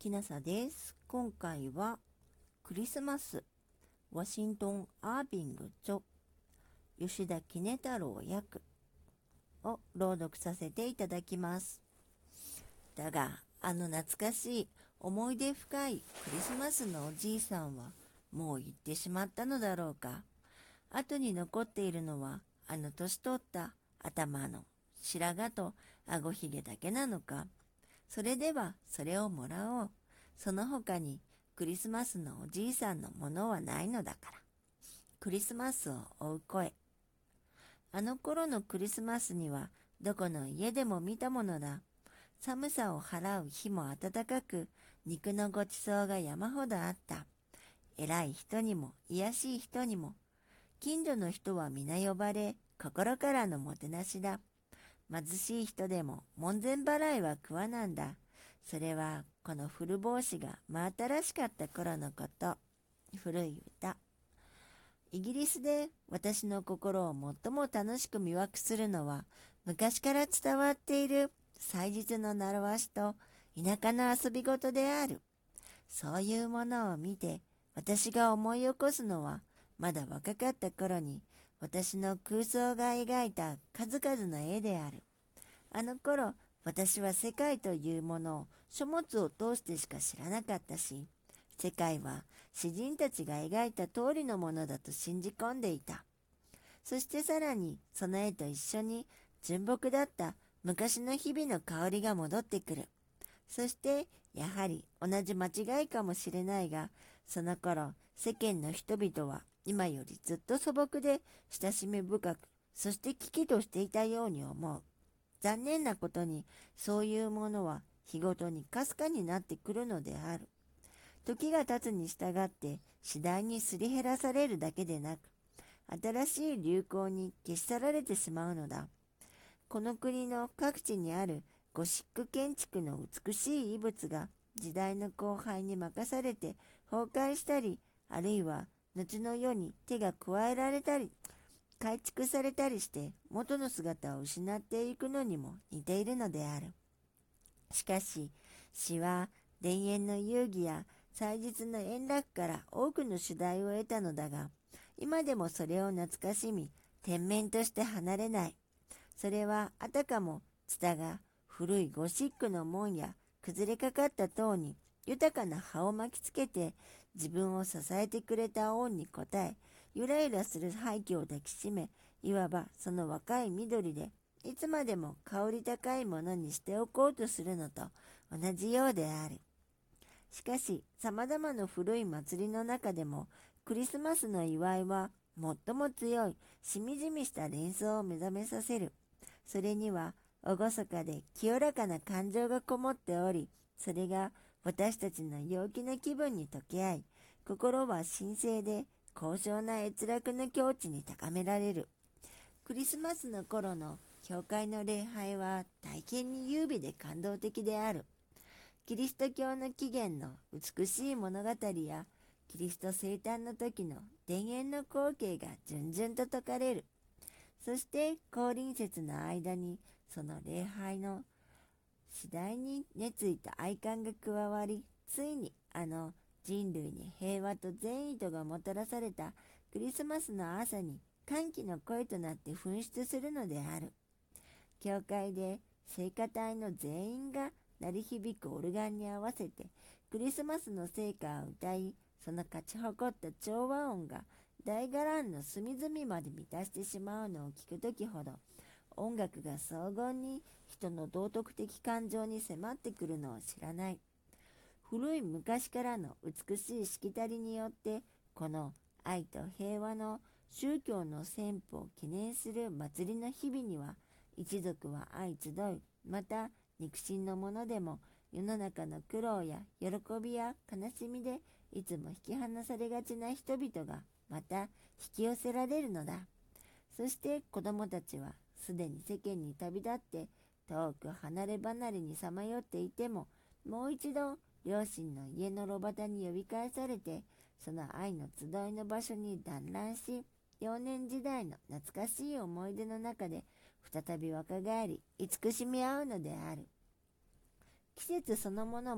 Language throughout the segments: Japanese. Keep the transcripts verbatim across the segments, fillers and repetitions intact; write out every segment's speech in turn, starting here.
きなさです。今回はクリスマス、ワシントン・アービング著、吉田杵太郎訳を朗読させていただきます。だが、あの懐かしい思い出深いクリスマスのおじいさんはもう行ってしまったのだろうか。後に残っているのはあの年取った頭の白髪とあごひげだけなのか。それではそれをもらおう。その他にクリスマスのおじいさんのものはないのだから。クリスマスを追う声。あの頃のクリスマスにはどこの家でも見たものだ。寒さを払う日も暖かく、肉のごちそうが山ほどあった。偉い人にも卑しい人にも、近所の人は皆呼ばれ、心からのもてなしだ。貧しい人でも門前払いは食わなんだ。それはこの古帽子が真新しかった頃のこと。古い歌。イギリスで私の心を最も楽しく魅惑するのは、昔から伝わっている祭日の習わしと田舎の遊び事である。そういうものを見て私が思い起こすのは、まだ若かった頃に私の空想が描いた数々の絵である。あの頃、私は世界というものを書物を通してしか知らなかったし、世界は詩人たちが描いた通りのものだと信じ込んでいた。そしてさらにその絵と一緒に純朴だった昔の日々の香りが戻ってくる。そしてやはり同じ間違いかもしれないが、その頃世間の人々は今よりずっと素朴で親しみ深く、そして危機としていたように思う。残念なことにそういうものは日ごとにかすかになってくるのである。時が経つに従って次第にすり減らされるだけでなく、新しい流行に消し去られてしまうのだ。この国の各地にあるゴシック建築の美しい遺物が時代の荒廃に任されて崩壊したり、あるいは後の世に手が加えられたり、改築されたりして元の姿を失っていくのにも似ているのである。しかし、詩は田園の遊戯や祭日の円楽から多くの主題を得たのだが、今でもそれを懐かしみ、天面として離れない。それはあたかもツタが古いゴシックの門や崩れかかった塔に豊かな葉を巻きつけて自分を支えてくれた恩に応え、ゆらゆらする廃墟を抱きしめ、いわばその若い緑でいつまでも香り高いものにしておこうとするのと同じようである。しかし、様々な古い祭りの中でも、クリスマスの祝いは最も強い、しみじみした連想を目覚めさせる。それには、厳かで清らかな感情がこもっており、それが私たちの陽気な気分に溶け合い、心は神聖で高尚な閲楽の境地に高められる。クリスマスの頃の教会の礼拝は大変に優美で感動的である。キリスト教の起源の美しい物語やキリスト生誕の時の田園の光景が順々と説かれる。そして降臨節の間にその礼拝の次第に熱意と愛感が加わり、ついにあの人類に平和と善意とがもたらされたクリスマスの朝に歓喜の声となって噴出するのである。教会で聖歌隊の全員が鳴り響くオルガンに合わせてクリスマスの聖歌を歌い、その勝ち誇った調和音が大伽藍の隅々まで満たしてしまうのを聞くときほど、音楽が荘厳に人の道徳的感情に迫ってくるのを知らない。古い昔からの美しいしきたりによって、この愛と平和の宗教の宣布を記念する祭りの日々には、一族は相集い、また肉親のものでも世の中の苦労や喜びや悲しみでいつも引き離されがちな人々がまた引き寄せられるのだ。そして子供たちはすでに世間に旅立って遠く離れ離れにさまよっていても、もう一度両親の家の炉端に呼び返されて、その愛の集いの場所に団らんし、幼年時代の懐かしい思い出の中で再び若返り慈しみ合うのである。季節そのものも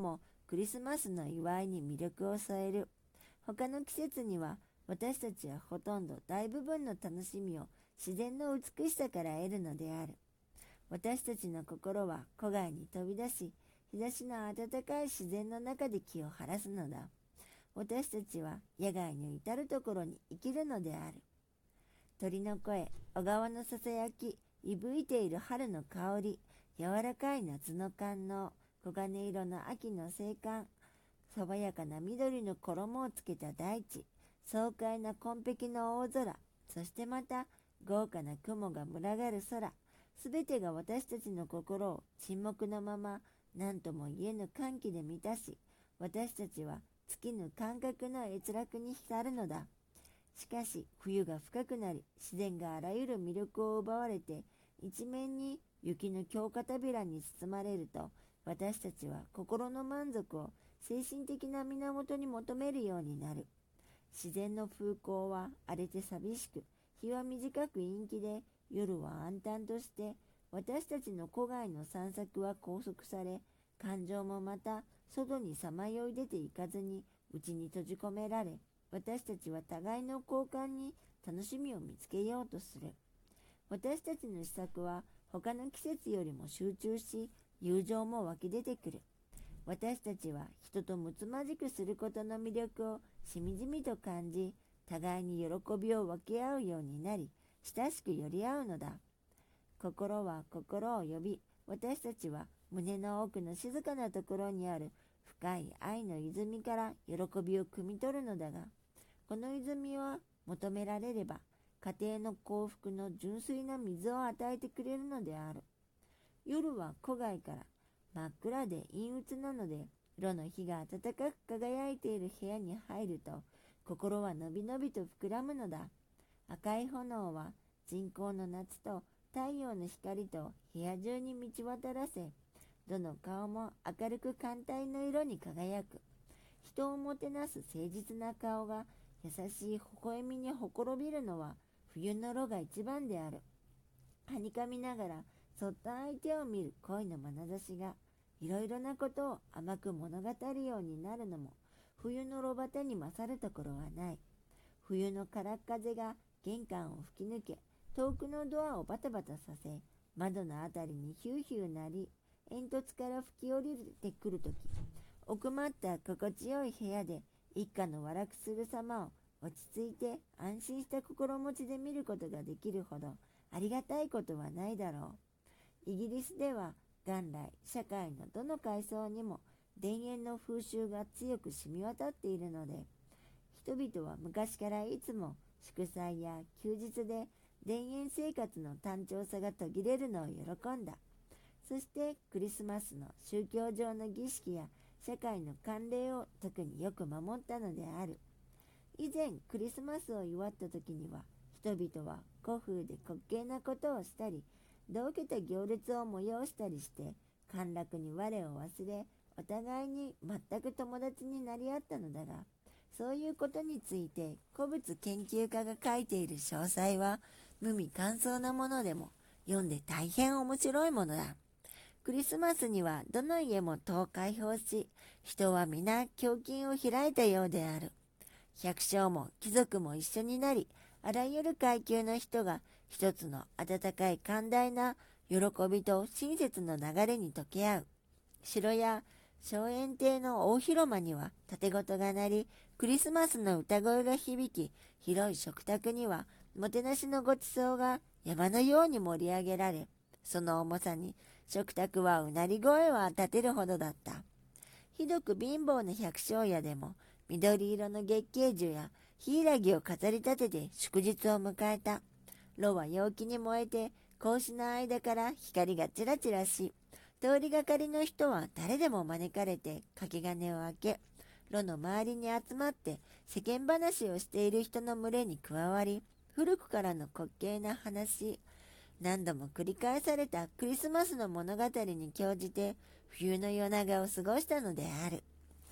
クリスマスの祝いに魅力を添える。他の季節には私たちはほとんど大部分の楽しみを自然の美しさから得るのである。私たちの心は戸外に飛び出し、日差しの暖かい自然の中で気を晴らすのだ。私たちは野外の至るところに生きるのである。鳥の声、小川のささやき、いぶいている春の香り、柔らかい夏の感能、黄金色の秋の青函、爽やかな緑の衣をつけた大地、爽快な紺碧の大空、そしてまた豪華な雲が群がる空、すべてが私たちの心を沈黙のまま何とも言えぬ歓喜で満たし、私たちは尽きぬ感覚の閲楽に浸るのだ。しかし冬が深くなり、自然があらゆる魅力を奪われて一面に雪の京片びらに包まれると、私たちは心の満足を精神的な源に求めるようになる。自然の風光は荒れて寂しく、日は短く陰気で、夜は暗淡として、私たちの戸外の散策は拘束され、感情もまた外にさまよい出ていかずに内に閉じ込められ、私たちは互いの交換に楽しみを見つけようとする。私たちの施策は他の季節よりも集中し、友情も湧き出てくる。私たちは人とむつまじくすることの魅力をしみじみと感じ、互いに喜びを分け合うようになり、親しく寄り合うのだ。心は心を呼び、私たちは胸の奥の静かなところにある深い愛の泉から喜びを汲み取るのだが、この泉は求められれば家庭の幸福の純粋な水を与えてくれるのである。夜は戸外から真っ暗で陰鬱なので、炉の火が暖かく輝いている部屋に入ると、心はのびのびと膨らむのだ。赤い炎は人工の夏と太陽の光と部屋中に満ち渡らせ、どの顔も明るく寒帯の色に輝く。人をもてなす誠実な顔が優しい微笑みにほころびるのは冬の炉が一番である。はにかみながらそっと相手を見る恋の眼差しが、いろいろなことを甘く物語るようになるのも、冬の炉端に勝るところはない。冬のからっ風が玄関を吹き抜け、遠くのドアをバタバタさせ、窓のあたりにヒューヒューなり、煙突から吹き降りてくるとき、奥まった心地よい部屋で一家の和楽する様を落ち着いて安心した心持ちで見ることができるほどありがたいことはないだろう。イギリスでは元来社会のどの階層にも田園の風習が強く染み渡っているので、人々は昔からいつも祝祭や休日で田園生活の単調さが途切れるのを喜んだ。そしてクリスマスの宗教上の儀式や社会の慣例を特によく守ったのである。以前クリスマスを祝った時には、人々は古風で滑稽なことをしたり、道家た行列を催したりして、歓楽に我を忘れ、お互いに全く友達になり合ったのだが、そういうことについて古物研究家が書いている詳細は無味乾燥なものでも読んで大変面白いものだ。クリスマスにはどの家も戸を開放し、人は皆胸襟を開いたようである。百姓も貴族も一緒になり、あらゆる階級の人が一つの温かい寛大な喜びと親切の流れに溶け合う。城や荘園邸の大広間には盾事が鳴り、クリスマスの歌声が響き、広い食卓にはもてなしのごちそうが山のように盛り上げられ、その重さに食卓はうなり声を立てるほどだった。ひどく貧乏な百姓家でも、緑色の月桂樹やヒイラギを飾り立てて祝日を迎えた。炉は陽気に燃えて、格子の間から光がちらちらし、通りがかりの人は誰でも招かれて掛け金を開け、炉の周りに集まって世間話をしている人の群れに加わり、古くからの滑稽な話、何度も繰り返されたクリスマスの物語に興じて冬の夜長を過ごしたのである。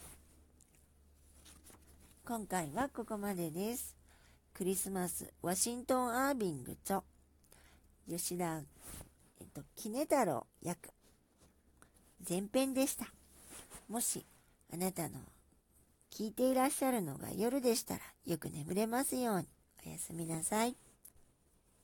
今回はここまでです。クリスマスワシントン・アービング著吉田、えっと、杵太郎訳前編でした。もしああなたの聞いていらっしゃるのが夜でしたらよく眠れますように。おやすみなさい。